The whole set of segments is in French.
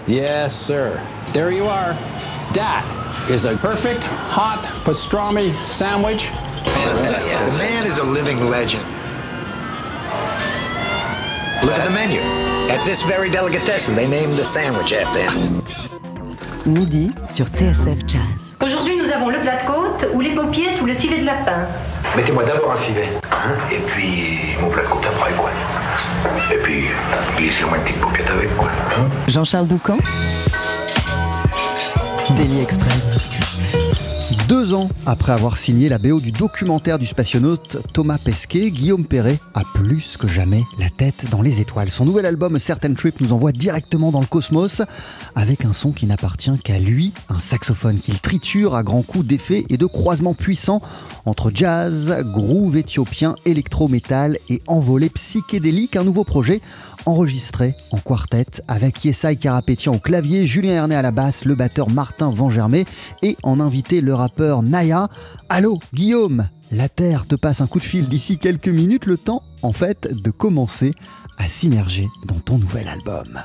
Yes, sir. There you are. That is a perfect hot pastrami sandwich. Fantastic. The man is a living legend. Look at the menu. At this very delicatessen, they named the sandwich after him. Midi sur TSF Jazz. Aujourd'hui, nous avons le plat de côte, ou les paupiètes, ou le civet de lapin. Mettez-moi d'abord un civet. Et puis, mon plat de côte après, quoi. Et puis, glissez-moi une petite paupiette avec, quoi. Jean-Charles Doucan. Daily Express. 2 ans après avoir signé la BO du documentaire du spationaute Thomas Pesquet, Guillaume Perret a plus que jamais la tête dans les étoiles. Son nouvel album Certain Trip nous envoie directement dans le cosmos avec un son qui n'appartient qu'à lui, un saxophone qu'il triture à grands coups d'effets et de croisements puissants entre jazz, groove éthiopien, électro-métal et envolée psychédélique. Un nouveau projet enregistré en quartet avec Yesai Karapetian au clavier, Julien Hernet à la basse, le batteur Martin Vangermé et en invité le rappeur Naya. Allô Guillaume, la Terre te passe un coup de fil d'ici quelques minutes, le temps en fait de commencer à s'immerger dans ton nouvel album.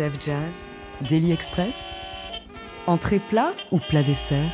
TSF Jazz, Daily Express, entrée plat ou plat dessert?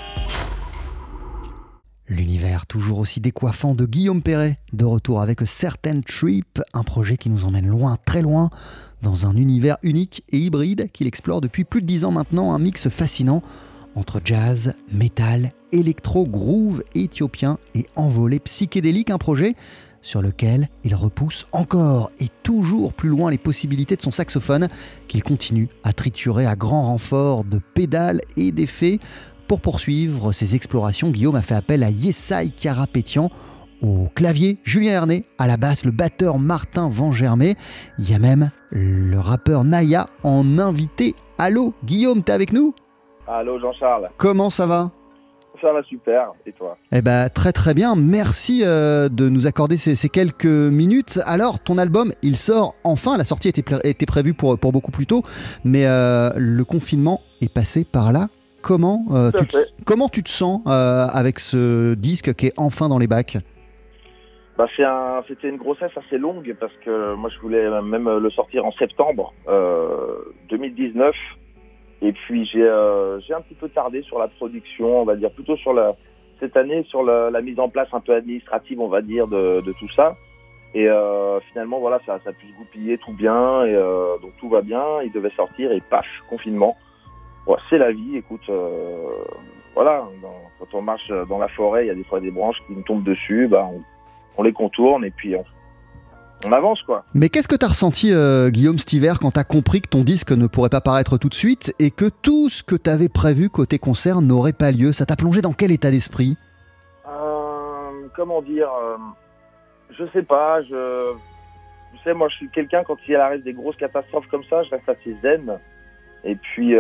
L'univers toujours aussi décoiffant de Guillaume Perret, de retour avec Certain Trip, un projet qui nous emmène loin, très loin, dans un univers unique et hybride qu'il explore depuis plus de 10 ans maintenant, un mix fascinant entre jazz, métal, électro, groove éthiopien et envolée psychédélique, un projet sur lequel il repousse encore et toujours plus loin les possibilités de son saxophone, qu'il continue à triturer à grand renfort de pédales et d'effets. Pour poursuivre ses explorations, Guillaume a fait appel à Yessai Karapétian, au clavier Julien Herné, à la basse le batteur Martin Vangermé. Il y a même le rappeur Naya en invité. Allô, Guillaume, t'es avec nous? Allô Jean-Charles. Comment ça va? Ça va super, et toi? Eh ben très très bien, merci de nous accorder ces quelques minutes. Alors, ton album, il sort enfin, la sortie était prévue pour beaucoup plus tôt, mais le confinement est passé par là. Comment tu te sens avec ce disque qui est enfin dans les bacs? C'était une grossesse assez longue parce que moi je voulais même le sortir en septembre 2019 et puis j'ai un petit peu tardé sur la production, on va dire plutôt cette année sur la mise en place un peu administrative, on va dire, de tout ça. Et finalement voilà, ça a pu se goupiller tout bien et donc tout va bien, il devait sortir et paf, confinement. Ouais, c'est la vie, écoute, voilà, quand on marche dans la forêt, il y a des fois des branches qui nous tombent dessus, on les contourne et puis on avance, quoi. Mais qu'est-ce que tu as ressenti, Guillaume, cet hiver, quand tu as compris que ton disque ne pourrait pas paraître tout de suite et que tout ce que tu avais prévu côté concert n'aurait pas lieu? Ça t'a plongé dans quel état d'esprit? Comment dire, je sais pas, tu sais, moi je suis quelqu'un, quand il arrive des grosses catastrophes comme ça, je reste assez zen. Et puis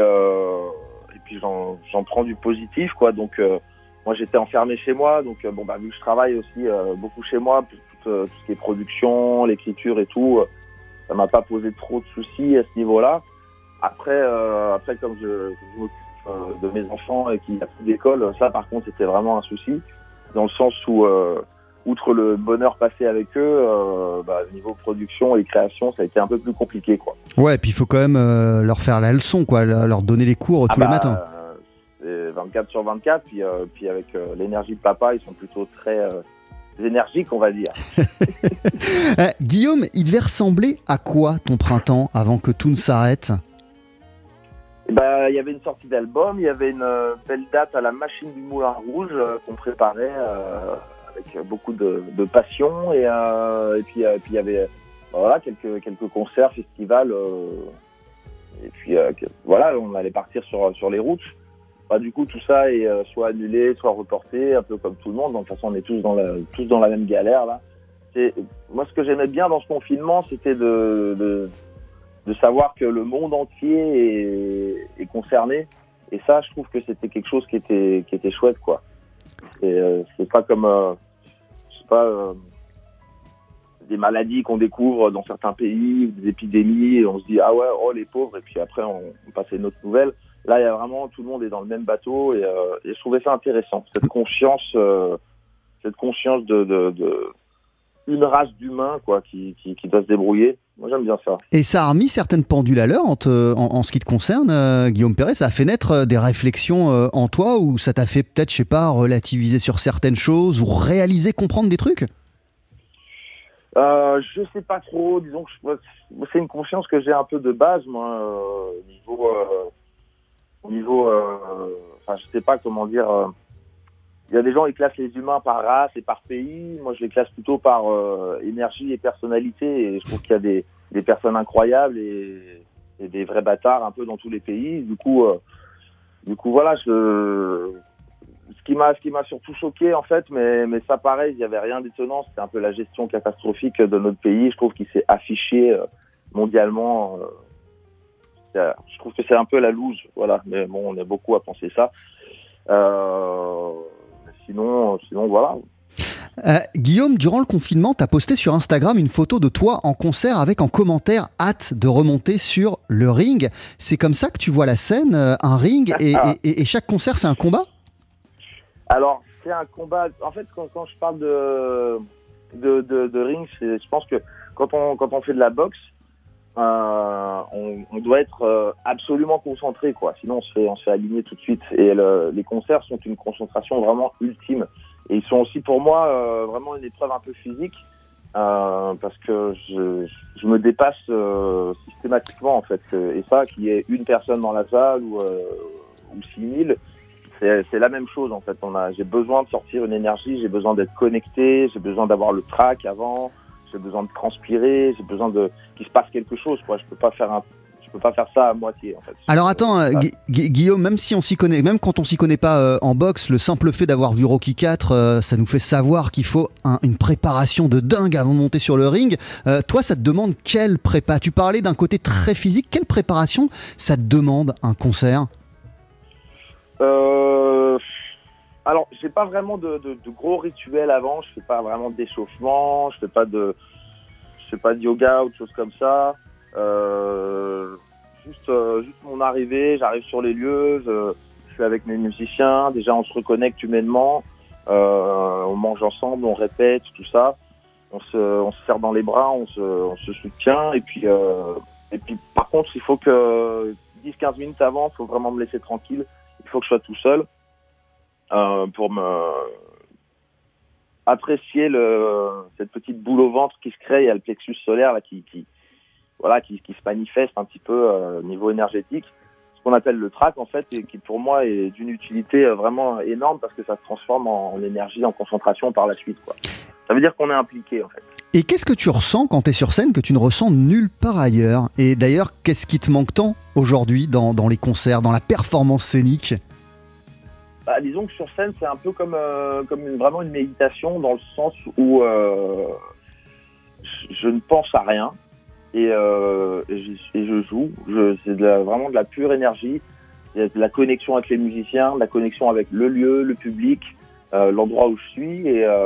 j'en prends du positif, quoi. Donc moi j'étais enfermé chez moi, donc vu que je travaille aussi beaucoup chez moi, tout ce qui est production, l'écriture et tout, ça m'a pas posé trop de soucis à ce niveau-là. Après comme je m'occupe de mes enfants et qu'il n'y a plus d'école, ça par contre c'était vraiment un souci, dans le sens où outre le bonheur passé avec eux, niveau production et création, ça a été un peu plus compliqué, quoi. Ouais, et puis il faut quand même leur faire la leçon, quoi, leur donner les cours tous les matins. 24/24, puis avec l'énergie de papa, ils sont plutôt très énergiques, on va dire. Guillaume, il devait ressembler à quoi ton printemps avant que tout ne s'arrête? Il y avait une sortie d'album, il y avait une belle date à la Machine du Moulin Rouge qu'on préparait avec beaucoup de passion et puis il y avait quelques concerts, festivals et puis voilà, on allait partir sur les routes. Du coup tout ça est soit annulé, soit reporté, un peu comme tout le monde. Donc de toute façon on est tous dans la même galère là. Moi ce que j'aimais bien dans ce confinement, c'était de savoir que le monde entier est concerné, et ça je trouve que c'était quelque chose qui était chouette, quoi. C'est pas comme des maladies qu'on découvre dans certains pays, des épidémies, et on se dit ah ouais, oh les pauvres, et puis après on passe à une autre nouvelle. Là il y a vraiment, tout le monde est dans le même bateau, et je trouvais ça intéressant, cette conscience de une race d'humains, quoi, qui doit se débrouiller. Moi j'aime bien ça. Et ça a remis certaines pendules à l'heure en ce qui te concerne, Guillaume Perret. Ça a fait naître des réflexions en toi, ou ça t'a fait peut-être, je sais pas, relativiser sur certaines choses ou réaliser, comprendre des trucs? Je sais pas trop, disons que c'est une conscience que j'ai un peu de base, moi, au niveau je sais pas comment dire. Il y a des gens qui classent les humains par race et par pays. Moi, je les classe plutôt par énergie et personnalité. Et je trouve qu'il y a des personnes incroyables et des vrais bâtards un peu dans tous les pays. Du coup, voilà. Ce qui m'a surtout choqué, en fait, mais ça, pareil, il n'y avait rien d'étonnant. C'était un peu la gestion catastrophique de notre pays. Je trouve qu'il s'est affiché mondialement. Je trouve que c'est un peu la loose, voilà. Mais bon, on a beaucoup à penser ça. Sinon, voilà. Guillaume, durant le confinement, tu as posté sur Instagram une photo de toi en concert avec en commentaire « Hâte de remonter sur le ring ». C'est comme ça que tu vois la scène, un ring, et chaque concert, c'est un combat? Alors, c'est un combat. En fait, quand je parle de ring, je pense que quand on fait de la boxe, on doit être absolument concentré, quoi. Sinon, on se fait aligner tout de suite. Et les concerts sont une concentration vraiment ultime. Et ils sont aussi pour moi vraiment une épreuve un peu physique parce que je me dépasse systématiquement, en fait. Et ça, qu'il y ait une personne dans la salle ou 6000, c'est la même chose, en fait. J'ai besoin de sortir une énergie, j'ai besoin d'être connecté, j'ai besoin d'avoir le track avant. J'ai besoin de transpirer, j'ai besoin qu'il se passe quelque chose, quoi. Je peux pas faire ça à moitié, en fait. Alors attends, Guillaume, même si on s'y connaît, même quand on s'y connaît pas en boxe, le simple fait d'avoir vu Rocky 4, ça nous fait savoir qu'il faut une préparation de dingue avant de monter sur le ring. Toi, ça te demande quelle prépa? Tu parlais d'un côté très physique. Quelle préparation ça te demande un concert? Alors, j'ai pas vraiment de gros rituels avant. Je fais pas vraiment d'échauffement. Je fais pas de yoga ou de choses comme ça. Juste mon arrivée. J'arrive sur les lieux. Je suis avec mes musiciens. Déjà, on se reconnecte humainement. On mange ensemble, on répète, tout ça. On se serre dans les bras, on se soutient. Et puis, par contre, il faut que 10-15 minutes avant, il faut vraiment me laisser tranquille. Il faut que je sois tout seul. Pour me apprécier cette petite boule au ventre qui se crée. Il y a le plexus solaire là, qui se manifeste un petit peu au niveau énergétique, ce qu'on appelle le trac, en fait, et qui pour moi est d'une utilité vraiment énorme parce que ça se transforme en énergie, en concentration par la suite, quoi. Ça veut dire qu'on est impliqué, en fait. Et qu'est-ce que tu ressens quand tu es sur scène que tu ne ressens nulle part ailleurs? Et d'ailleurs, qu'est-ce qui te manque tant aujourd'hui dans les concerts, dans la performance scénique? Disons que sur scène, c'est un peu comme vraiment une méditation, dans le sens où je ne pense à rien et je joue. C'est vraiment de la pure énergie. Il y a de la connexion avec les musiciens, de la connexion avec le lieu, le public, l'endroit où je suis.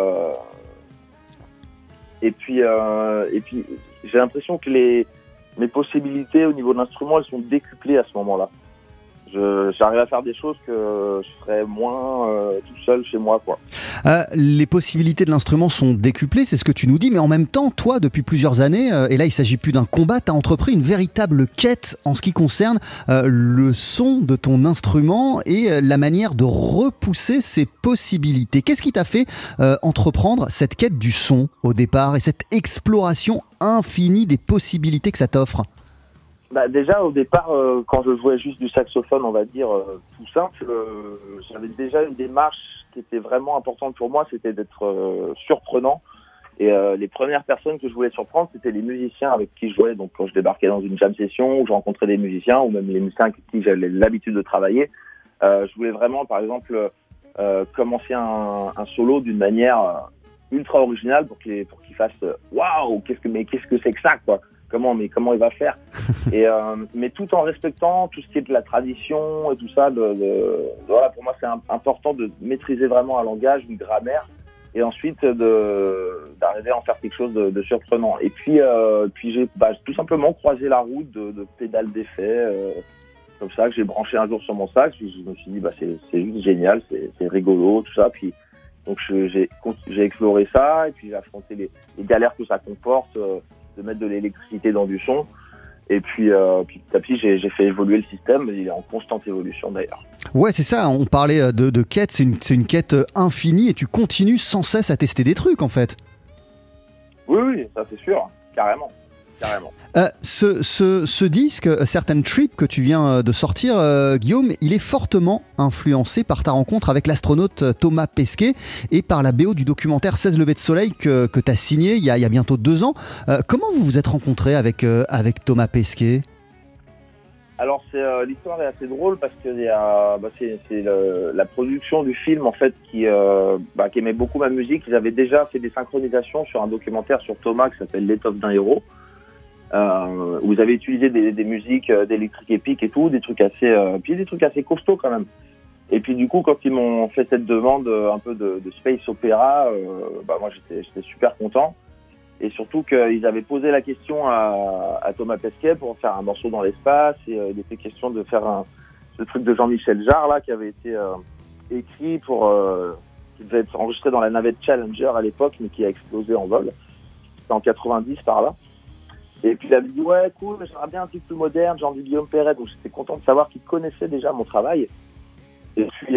Et puis j'ai l'impression que mes possibilités au niveau de l'instrument, elles sont décuplées à ce moment-là. J'arrive à faire des choses que je ferais moins tout seul chez moi, quoi. Les possibilités de l'instrument sont décuplées, c'est ce que tu nous dis, mais en même temps, toi, depuis plusieurs années, et là il ne s'agit plus d'un combat, tu as entrepris une véritable quête en ce qui concerne le son de ton instrument et la manière de repousser ses possibilités. Qu'est-ce qui t'a fait entreprendre cette quête du son au départ et cette exploration infinie des possibilités que ça t'offre? Déjà, au départ, quand je jouais juste du saxophone, on va dire, tout simple, j'avais déjà une démarche qui était vraiment importante pour moi, c'était d'être surprenant. Et les premières personnes que je voulais surprendre, c'était les musiciens avec qui je jouais. Donc, quand je débarquais dans une jam session, où je rencontrais des musiciens, ou même les musiciens avec qui j'avais l'habitude de travailler, je voulais vraiment, par exemple, commencer un solo d'une manière ultra originale pour qu'ils fassent « Waouh, qu'est-ce que c'est que ça, quoi ?» Comment il va faire et mais tout en respectant tout ce qui est de la tradition et tout ça. Voilà, pour moi, c'est important de maîtriser vraiment un langage, une grammaire, et ensuite d'arriver à en faire quelque chose de surprenant. Et puis j'ai tout simplement croisé la route de pédales d'effet comme ça que j'ai branché un jour sur mon sax. Puis je me suis dit c'est juste génial, c'est rigolo, tout ça. Puis donc j'ai exploré ça et puis j'ai affronté les galères que ça comporte. De mettre de l'électricité dans du son. Et puis petit à petit, j'ai fait évoluer le système. Il est en constante évolution d'ailleurs. Ouais, c'est ça. On parlait de quête. C'est une quête infinie et tu continues sans cesse à tester des trucs, en fait. Oui, ça c'est sûr. Carrément. Ce disque, Certain Trip, que tu viens de sortir, Guillaume, il est fortement influencé par ta rencontre avec l'astronaute Thomas Pesquet et par la BO du documentaire 16 levées de soleil que tu as signé il y a bientôt 2 ans. Comment vous vous êtes rencontrés avec Thomas Pesquet? Alors l'histoire est assez drôle parce que c'est la production du film, en fait, qui aimait beaucoup ma musique. Ils avaient déjà fait des synchronisations sur un documentaire sur Thomas qui s'appelle L'étoffe d'un héros. Où ils avaient utilisé des musiques d'Electric Epic et tout, des trucs assez costauds quand même. Et puis du coup, quand ils m'ont fait cette demande un peu de space opéra, moi j'étais super content. Et surtout qu'ils avaient posé la question à Thomas Pesquet pour faire un morceau dans l'espace. Et il était question de faire ce truc de Jean-Michel Jarre là qui avait été écrit qui devait être enregistré dans la navette Challenger à l'époque, mais qui a explosé en vol. C'était en 90 par là. Et puis il avait dit ouais cool, mais j'aimerais bien un truc plus moderne, genre du Guillaume Perret. Donc j'étais content de savoir qu'il connaissait déjà mon travail. Et puis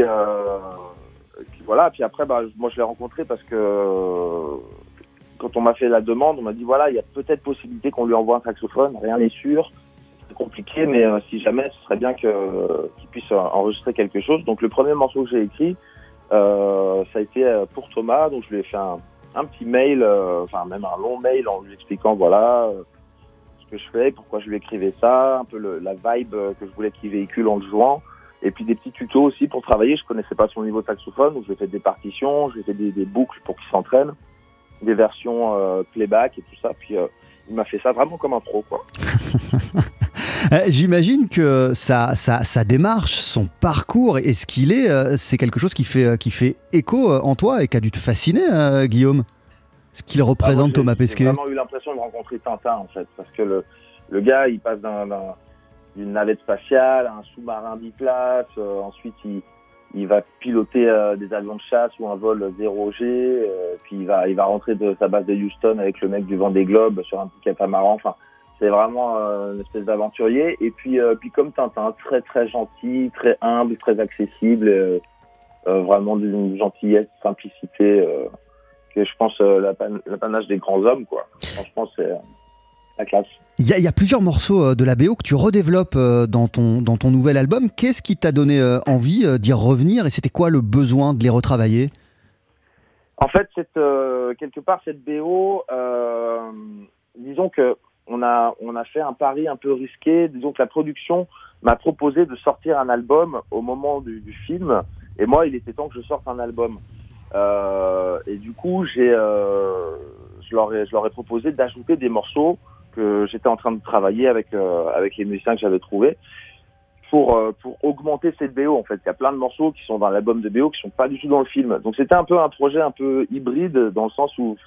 voilà. Puis après moi je l'ai rencontré parce que quand on m'a fait la demande, on m'a dit voilà, il y a peut-être possibilité qu'on lui envoie un saxophone, rien n'est sûr, c'est compliqué, mais si jamais, ce serait bien qu'il puisse enregistrer quelque chose. Donc le premier morceau que j'ai écrit, ça a été pour Thomas, donc je lui ai fait un petit mail, même un long mail en lui expliquant voilà ce que je fais, pourquoi je lui écrivais ça, un peu la vibe que je voulais qu'il véhicule en le jouant. Et puis des petits tutos aussi pour travailler. Je connaissais pas son niveau de saxophone, donc je lui ai fait des partitions, je lui ai fait des boucles pour qu'il s'entraîne, des versions playback et tout ça. Puis il m'a fait ça vraiment comme un pro, quoi. J'imagine que sa démarche, son parcours et ce qu'il est, c'est quelque chose qui fait écho en toi et qui a dû te fasciner, Guillaume. Ce qu'il représente, Thomas Pesquet. J'ai vraiment eu l'impression de rencontrer Tintin, en fait, parce que le gars, il passe d'une navette spatiale à un sous-marin biplace, ensuite il va piloter des avions de chasse ou un vol 0G, puis il va rentrer de sa base de Houston avec le mec du Vendée Globe sur un petit catamaran. Enfin, c'est vraiment une espèce d'aventurier. Et puis comme Tintin, très très gentil, très humble, très accessible, vraiment d'une gentillesse, simplicité, que je pense l'apanage des grands hommes, quoi. Franchement, c'est la classe. Il y a plusieurs morceaux de la BO que tu redéveloppes dans ton nouvel album. Qu'est-ce qui t'a donné envie d'y revenir et c'était quoi le besoin de les retravailler ? En fait, quelque part, cette BO, disons que on a fait un pari un peu risqué. Disons que la production m'a proposé de sortir un album au moment du film. Et moi, il était temps que je sorte un album. Et du coup, je leur ai proposé d'ajouter des morceaux que j'étais en train de travailler avec les musiciens que j'avais trouvés pour augmenter cette BO. En fait, il y a plein de morceaux qui sont dans l'album de BO qui sont pas du tout dans le film. Donc c'était un peu un projet un peu hybride dans le sens où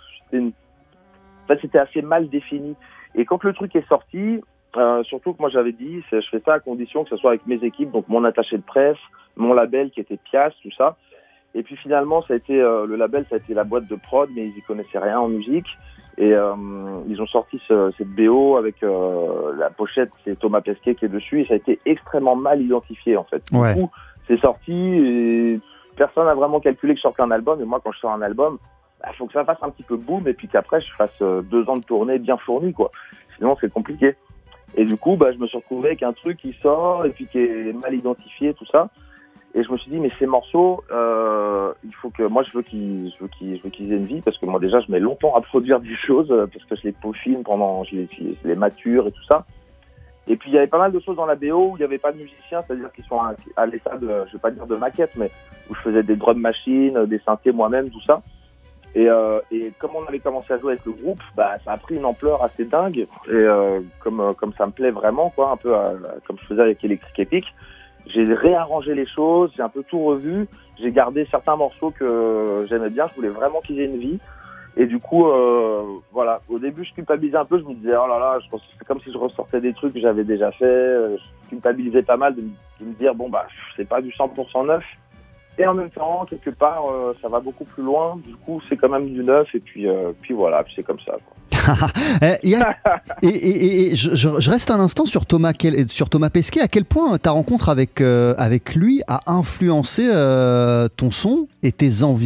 c'était assez mal défini. Et quand le truc est sorti, surtout que moi j'avais dit, je fais ça à condition que ce soit avec mes équipes, donc mon attaché de presse, mon label qui était Pias, tout ça. Et puis finalement, ça a été le label, ça a été la boîte de prod, mais ils y connaissaient rien en musique. Et ils ont sorti cette BO avec la pochette, c'est Thomas Pesquet qui est dessus, et ça a été extrêmement mal identifié en fait. Ouais. Du coup, c'est sorti et personne n'a vraiment calculé que je sortais un album. Et moi, quand je sors un album, faut que ça fasse un petit peu boom et puis qu'après je fasse 2 ans de tournée bien fournie, quoi. Sinon, c'est compliqué. Et du coup, je me suis retrouvé avec un truc qui sort et puis qui est mal identifié, tout ça. Et je me suis dit, mais ces morceaux, il faut que moi je veux qu'ils aient une vie, parce que moi déjà je mets longtemps à produire des choses parce que je les peaufine je les mature et tout ça. Et puis il y avait pas mal de choses dans la BO où il n'y avait pas de musiciens, c'est-à-dire qu'ils sont à l'état de, je vais pas dire de maquette, mais où je faisais des drum machines, des synthés moi-même, tout ça. Et comme on avait commencé à jouer avec le groupe, ça a pris une ampleur assez dingue. Et comme ça me plaît vraiment, quoi, un peu comme je faisais avec Electric Epic. J'ai réarrangé les choses, j'ai un peu tout revu, j'ai gardé certains morceaux que j'aimais bien, je voulais vraiment qu'ils aient une vie. Et du coup, voilà, au début je culpabilisais un peu, je me disais oh là là, c'est comme si je ressortais des trucs que j'avais déjà fait, je culpabilisais pas mal de me dire bon c'est pas du 100% neuf. Et en même temps, quelque part, ça va beaucoup plus loin, du coup c'est quand même du neuf, et puis voilà, puis c'est comme ça, quoi. Et je reste un instant sur Thomas Pesquet. À quel point ta rencontre avec lui a influencé ton son et tes envies ?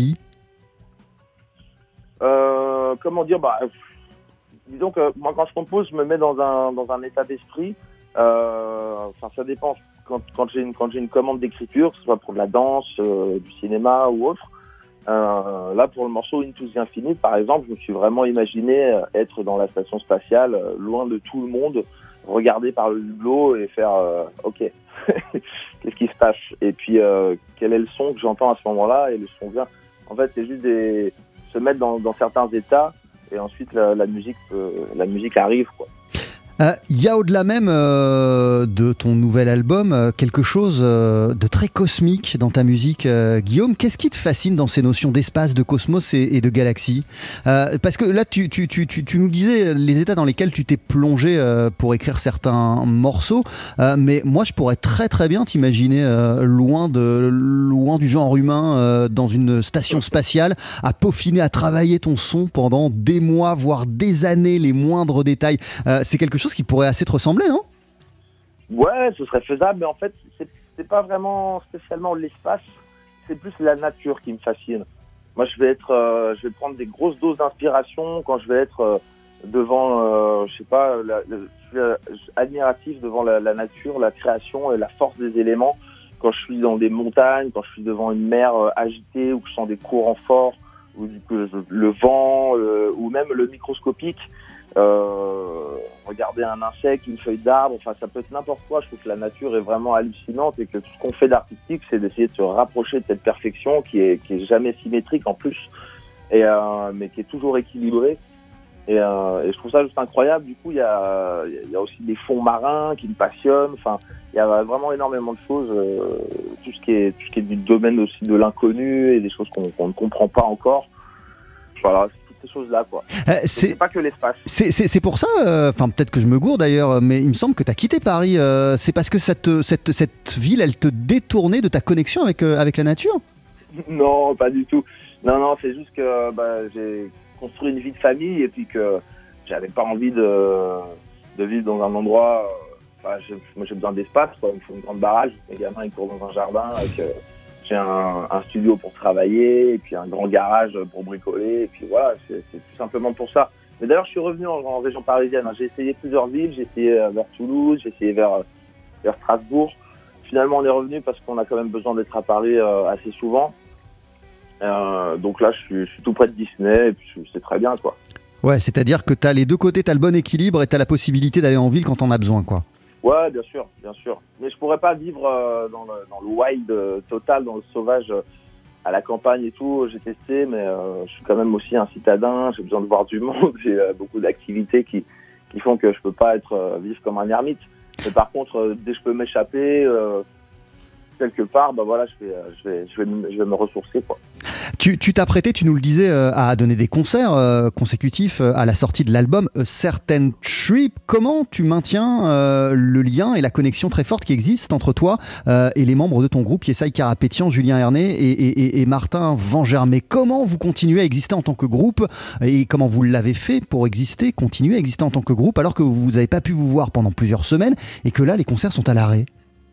Comment dire, disons que moi quand je compose, je me mets dans un état d'esprit. Ça dépend. Quand j'ai une commande d'écriture, que ce soit pour de la danse, du cinéma ou autre. Là, pour le morceau Into the Infinite, par exemple, je me suis vraiment imaginé être dans la station spatiale, loin de tout le monde, regarder par le hublot et faire OK, qu'est-ce qui se passe ? Et puis, quel est le son que j'entends à ce moment-là ? Et le son vient. En fait, c'est juste se mettre dans certains états, et ensuite la musique arrive, quoi. Il y a au-delà même de ton nouvel album quelque chose de très cosmique dans ta musique, Guillaume. Qu'est-ce qui te fascine dans ces notions d'espace, de cosmos et de galaxie? Parce que là, tu nous disais les états dans lesquels tu t'es plongé pour écrire certains morceaux, mais moi, je pourrais très très bien t'imaginer loin du genre humain, dans une station spatiale, à peaufiner, à travailler ton son pendant des mois, voire des années, les moindres détails. C'est quelque chose qui pourrait assez te ressembler, non? Ouais, ce serait faisable, mais en fait, c'est pas vraiment spécialement l'espace, c'est plus la nature qui me fascine. Moi, je vais prendre des grosses doses d'inspiration quand je vais être devant, je sais pas, je suis admiratif devant la nature, la création et la force des éléments. Quand je suis dans des montagnes, quand je suis devant une mer agitée, ou que je sens des courants forts, ou que le vent, ou même le microscopique, regarder un insecte, une feuille d'arbre, enfin ça peut être n'importe quoi. Je trouve que la nature est vraiment hallucinante et que tout ce qu'on fait d'artistique, c'est d'essayer de se rapprocher de cette perfection qui est jamais symétrique en plus, mais qui est toujours équilibrée. Et je trouve ça juste incroyable. Du coup, il y a aussi des fonds marins qui me passionnent. Enfin, il y a vraiment énormément de choses. Tout ce qui est du domaine aussi de l'inconnu et des choses qu'on ne comprend pas encore. Voilà, c'est toutes ces choses-là, quoi. C'est pas que l'espace. C'est pour ça, enfin peut-être que je me gourre d'ailleurs, mais il me semble que tu as quitté Paris. C'est parce que cette ville, elle te détournait de ta connexion avec la nature? Non, pas du tout. Non, c'est juste que j'ai construit une vie de famille et puis que j'avais pas envie de vivre dans un endroit. Moi j'ai besoin d'espace, quoi. Il me faut une grande baraque. Mes gamins ils courent dans un jardin. J'ai un studio pour travailler et puis un grand garage pour bricoler. Et puis voilà, c'est tout simplement pour ça. Mais d'ailleurs je suis revenu en région parisienne. J'ai essayé plusieurs villes. J'ai essayé vers Toulouse, j'ai essayé vers Strasbourg. Finalement on est revenu parce qu'on a quand même besoin d'être à Paris assez souvent. Donc là, je suis tout près de Disney et puis c'est très bien, quoi. Ouais, c'est-à-dire que tu as les deux côtés, tu as le bon équilibre et tu as la possibilité d'aller en ville quand on a besoin, quoi. Ouais, bien sûr. Mais je pourrais pas vivre dans le wild total, dans le sauvage, à la campagne et tout. J'ai testé, mais je suis quand même aussi un citadin. J'ai besoin de voir du monde. J'ai beaucoup d'activités qui font que je peux pas vivre comme un ermite. Mais par contre, dès que je peux m'échapper quelque part, voilà, je vais me ressourcer, quoi. Tu t'apprêtais, tu nous le disais, à donner des concerts consécutifs à la sortie de l'album A Certain Trip. Comment tu maintiens le lien et la connexion très forte qui existe entre toi et les membres de ton groupe, Yesaya Karapétian, Julien Herné et Martin Vangermé? Comment vous continuez à exister en tant que groupe et comment vous l'avez fait pour continuer à exister en tant que groupe alors que vous n'avez pas pu vous voir pendant plusieurs semaines et que là, les concerts sont à l'arrêt?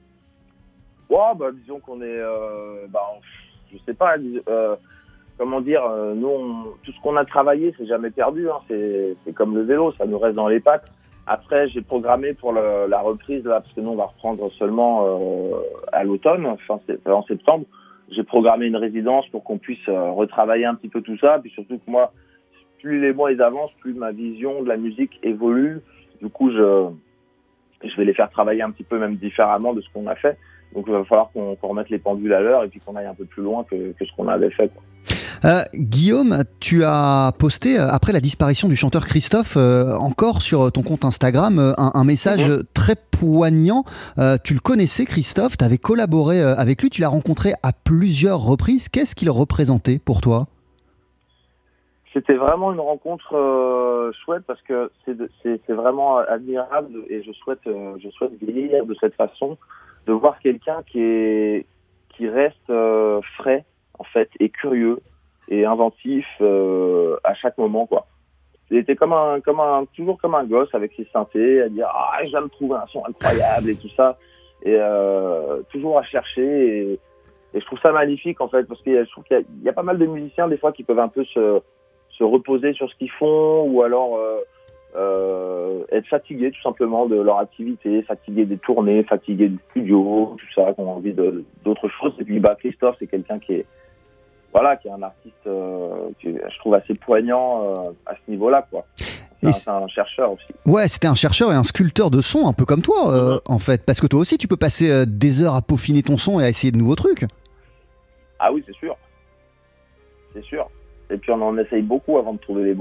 Disons qu'on est, je sais pas, comment dire, nous, tout ce qu'on a travaillé, c'est jamais perdu, hein, c'est comme le vélo, ça nous reste dans les pattes. Après, j'ai programmé pour la reprise, là, parce que nous, on va reprendre seulement à l'automne, en septembre. J'ai programmé une résidence pour qu'on puisse retravailler un petit peu tout ça, puis surtout que moi, plus les mois ils avancent, plus ma vision de la musique évolue. Du coup, je vais les faire travailler un petit peu même différemment de ce qu'on a fait. Donc il va falloir qu'on remette les pendules à l'heure et puis qu'on aille un peu plus loin que ce qu'on avait fait, quoi. Guillaume, tu as posté, après la disparition du chanteur Christophe, encore sur ton compte Instagram, un message très poignant. Tu le connaissais, Christophe, tu avais collaboré avec lui, tu l'as rencontré à plusieurs reprises. Qu'est-ce qu'il représentait pour toi? C'était vraiment une rencontre chouette parce que c'est vraiment admirable et je souhaite vieillir de cette façon, de voir quelqu'un qui reste frais en fait et curieux et inventif à chaque moment, quoi. Il était toujours comme un gosse avec ses synthés à dire je viens de trouver un son incroyable et tout ça et toujours à chercher et je trouve ça magnifique en fait parce que je trouve qu'il y a pas mal de musiciens des fois qui peuvent un peu se reposer sur ce qu'ils font ou alors être fatigués tout simplement de leur activité, fatigués des tournées, fatigués du studio, tout ça, qui ont envie d'autres choses. Et puis Christophe, c'est quelqu'un qui est un artiste que je trouve assez poignant à ce niveau-là, quoi. C'est un chercheur aussi. Ouais, c'était un chercheur et un sculpteur de son, un peu comme toi, en fait. Parce que toi aussi, tu peux passer des heures à peaufiner ton son et à essayer de nouveaux trucs. Ah oui, c'est sûr. C'est sûr. Et puis on en essaye beaucoup avant de trouver les bons.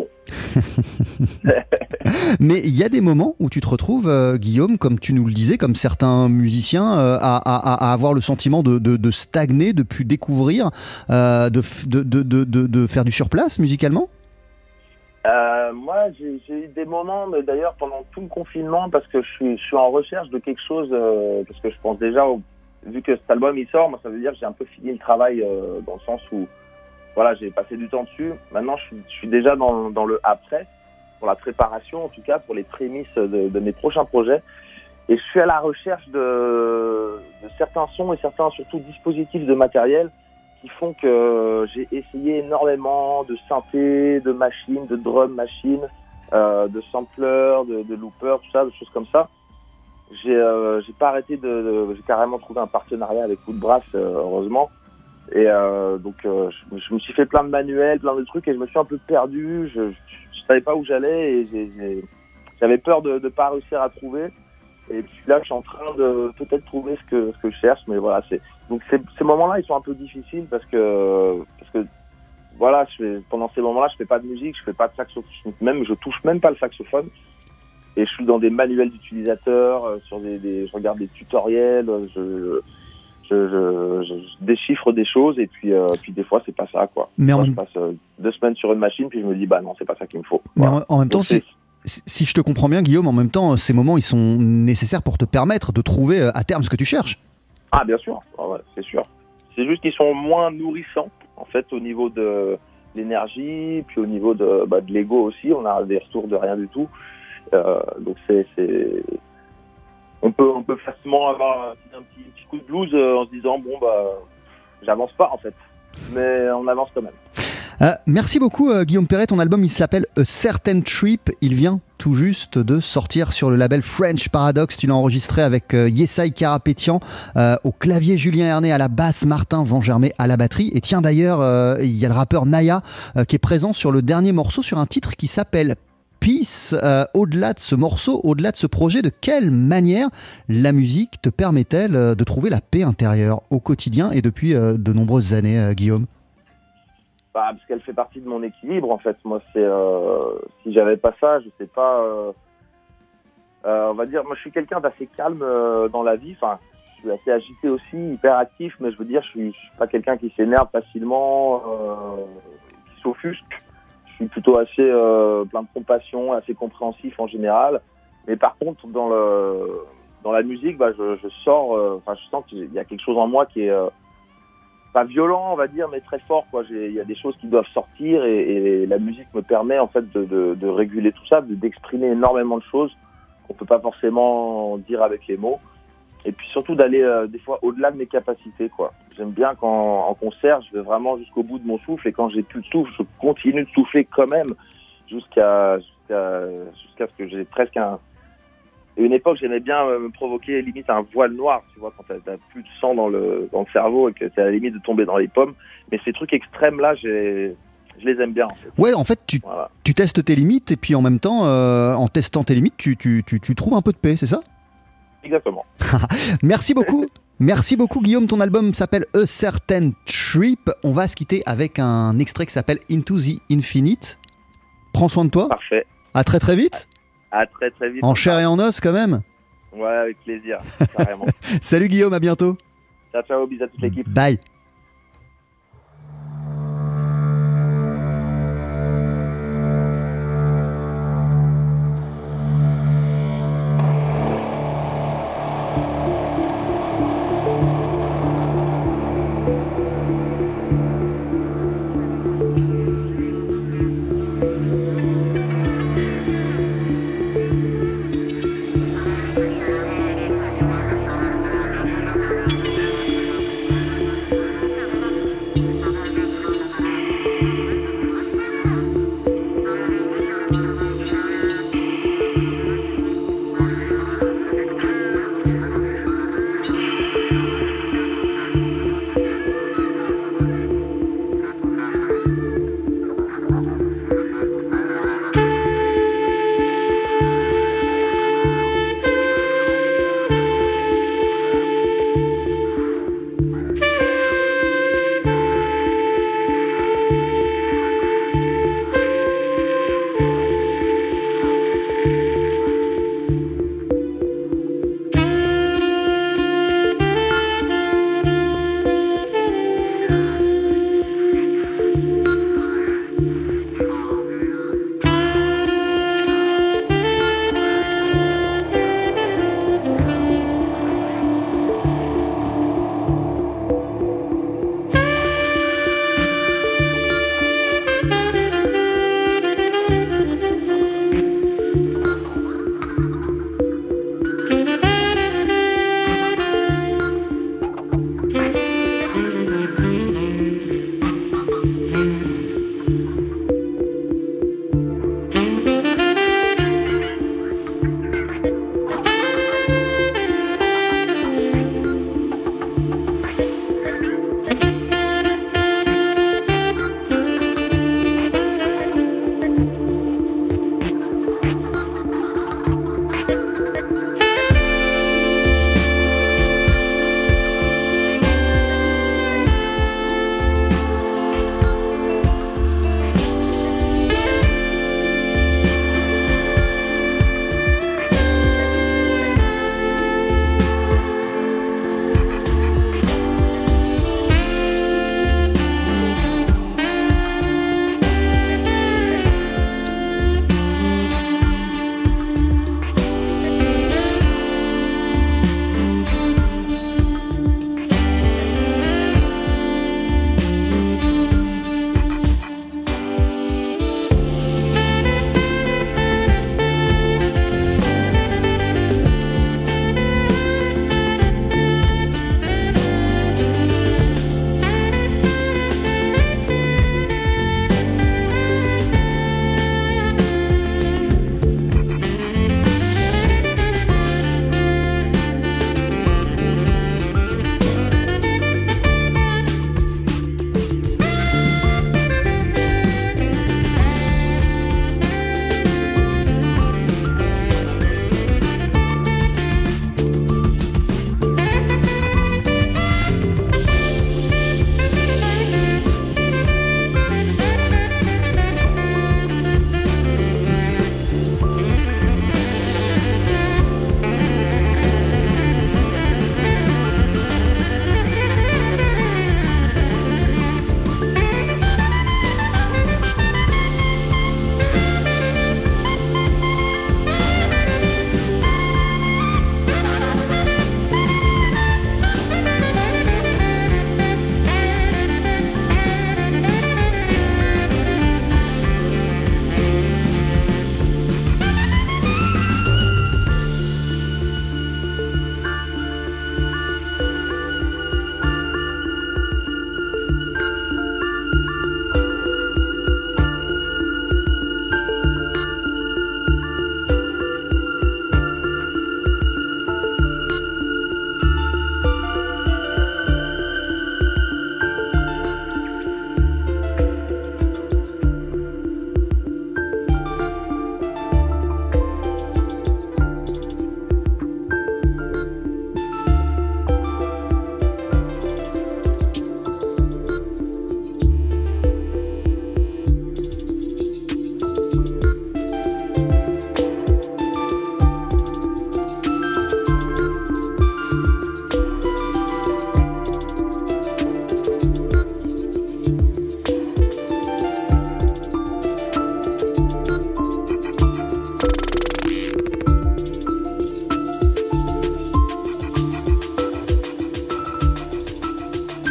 Mais il y a des moments où tu te retrouves, Guillaume, comme tu nous le disais, comme certains musiciens, à avoir le sentiment de stagner, de plus découvrir, de faire du surplace musicalement. Moi, j'ai eu des moments, mais d'ailleurs pendant tout le confinement, parce que je suis en recherche de quelque chose, parce que je pense déjà, vu que cet album il sort, moi ça veut dire que j'ai un peu fini le travail dans le sens où, voilà, j'ai passé du temps dessus. Maintenant, je suis déjà dans le après, pour la préparation, en tout cas, pour les prémices de mes prochains projets. Et je suis à la recherche de certains sons et certains, surtout, dispositifs de matériel qui font que j'ai essayé énormément de synthé, de machines, de drum machines, de samplers, de loopers, tout ça, de choses comme ça. J'ai pas arrêté j'ai carrément trouvé un partenariat avec Woodbrass, heureusement. Et donc je me suis fait plein de manuels, plein de trucs, et je me suis un peu perdu. Je savais pas où j'allais, et j'avais peur de pas réussir à trouver. Et puis là, je suis en train de peut-être trouver ce que je cherche, mais voilà, donc ces moments-là, ils sont un peu difficiles parce que voilà, pendant ces moments-là, je fais pas de musique, je fais pas de saxophone, je touche même pas le saxophone. Et je suis dans des manuels d'utilisateurs, je regarde des tutoriels, je déchiffre des choses, et puis des fois c'est pas ça, quoi. Mais je passe 2 semaines sur une machine, puis je me dis bah non, c'est pas ça qu'il me faut. Mais voilà. en même temps, si je te comprends bien, Guillaume, en même temps, ces moments, ils sont nécessaires pour te permettre de trouver à terme ce que tu cherches. Ah, bien sûr, ouais, c'est sûr. C'est juste qu'ils sont moins nourrissants, en fait, au niveau de l'énergie, puis au niveau de l'ego aussi. On a des retours de rien du tout. Donc on peut facilement avoir un petit coup de blues en se disant bon j'avance pas en fait, mais on avance quand même. Merci beaucoup Guillaume Perret, ton album il s'appelle A Certain Trip, il vient tout juste de sortir sur le label French Paradox. Tu l'as enregistré avec Yesai Karapétian au clavier, Julien Herné à la basse, Martin Vangermé à la batterie, et tiens d'ailleurs il y a le rappeur Naya qui est présent sur le dernier morceau, sur un titre qui s'appelle Peace. Au-delà de ce morceau, au-delà de ce projet, de quelle manière la musique te permet-elle de trouver la paix intérieure au quotidien et depuis de nombreuses années, Guillaume ? Parce qu'elle fait partie de mon équilibre, en fait. Moi, si j'avais pas ça, je sais pas. On va dire, moi, je suis quelqu'un d'assez calme dans la vie. Enfin, je suis assez agité aussi, hyper actif, mais je veux dire, je suis pas quelqu'un qui s'énerve facilement, qui s'offusque. Je suis plutôt assez plein de compassion, assez compréhensif en général. Mais par contre, dans la musique, je sors. Je sens qu'il y a quelque chose en moi qui est pas violent, on va dire, mais très fort, quoi. Il y a des choses qui doivent sortir, et la musique me permet en fait de réguler tout ça, d'exprimer énormément de choses qu'on peut pas forcément dire avec les mots, et puis surtout d'aller des fois au-delà de mes capacités, quoi. J'aime bien quand en concert, je vais vraiment jusqu'au bout de mon souffle, et quand j'ai plus de souffle, je continue de souffler quand même jusqu'à ce que j'ai presque Et une époque, j'aimais bien me provoquer limite un voile noir, tu vois, quand t'as plus de sang dans le cerveau et que t'es à la limite de tomber dans les pommes. Mais ces trucs extrêmes-là, je les aime bien, en fait. Ouais, en fait, tu testes tes limites, et puis en même temps, en testant tes limites, tu trouves un peu de paix, c'est ça ? Exactement. Merci beaucoup. Merci beaucoup, Guillaume. Ton album s'appelle A Certain Trip. On va se quitter avec un extrait qui s'appelle Into the Infinite. Prends soin de toi. Parfait. À très très vite. À très très vite. En chair et en os quand même. Ouais, avec plaisir, carrément. Salut Guillaume, à bientôt. Ciao, ciao, bisous à toute l'équipe. Bye.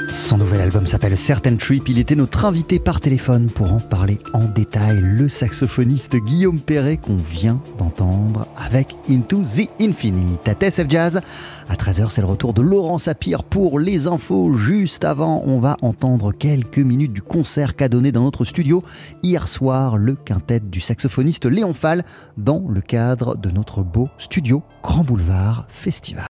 Son nouvel album s'appelle Certain Trip. Il était notre invité par téléphone pour en parler en détail. Le saxophoniste Guillaume Perret qu'on vient d'entendre avec Into the Infinite. À TSF Jazz, à 13h, c'est le retour de Laurent Sapir pour les infos. Juste avant, on va entendre quelques minutes du concert qu'a donné dans notre studio hier soir le quintet du saxophoniste Léon Fall dans le cadre de notre beau studio Grand Boulevard Festival.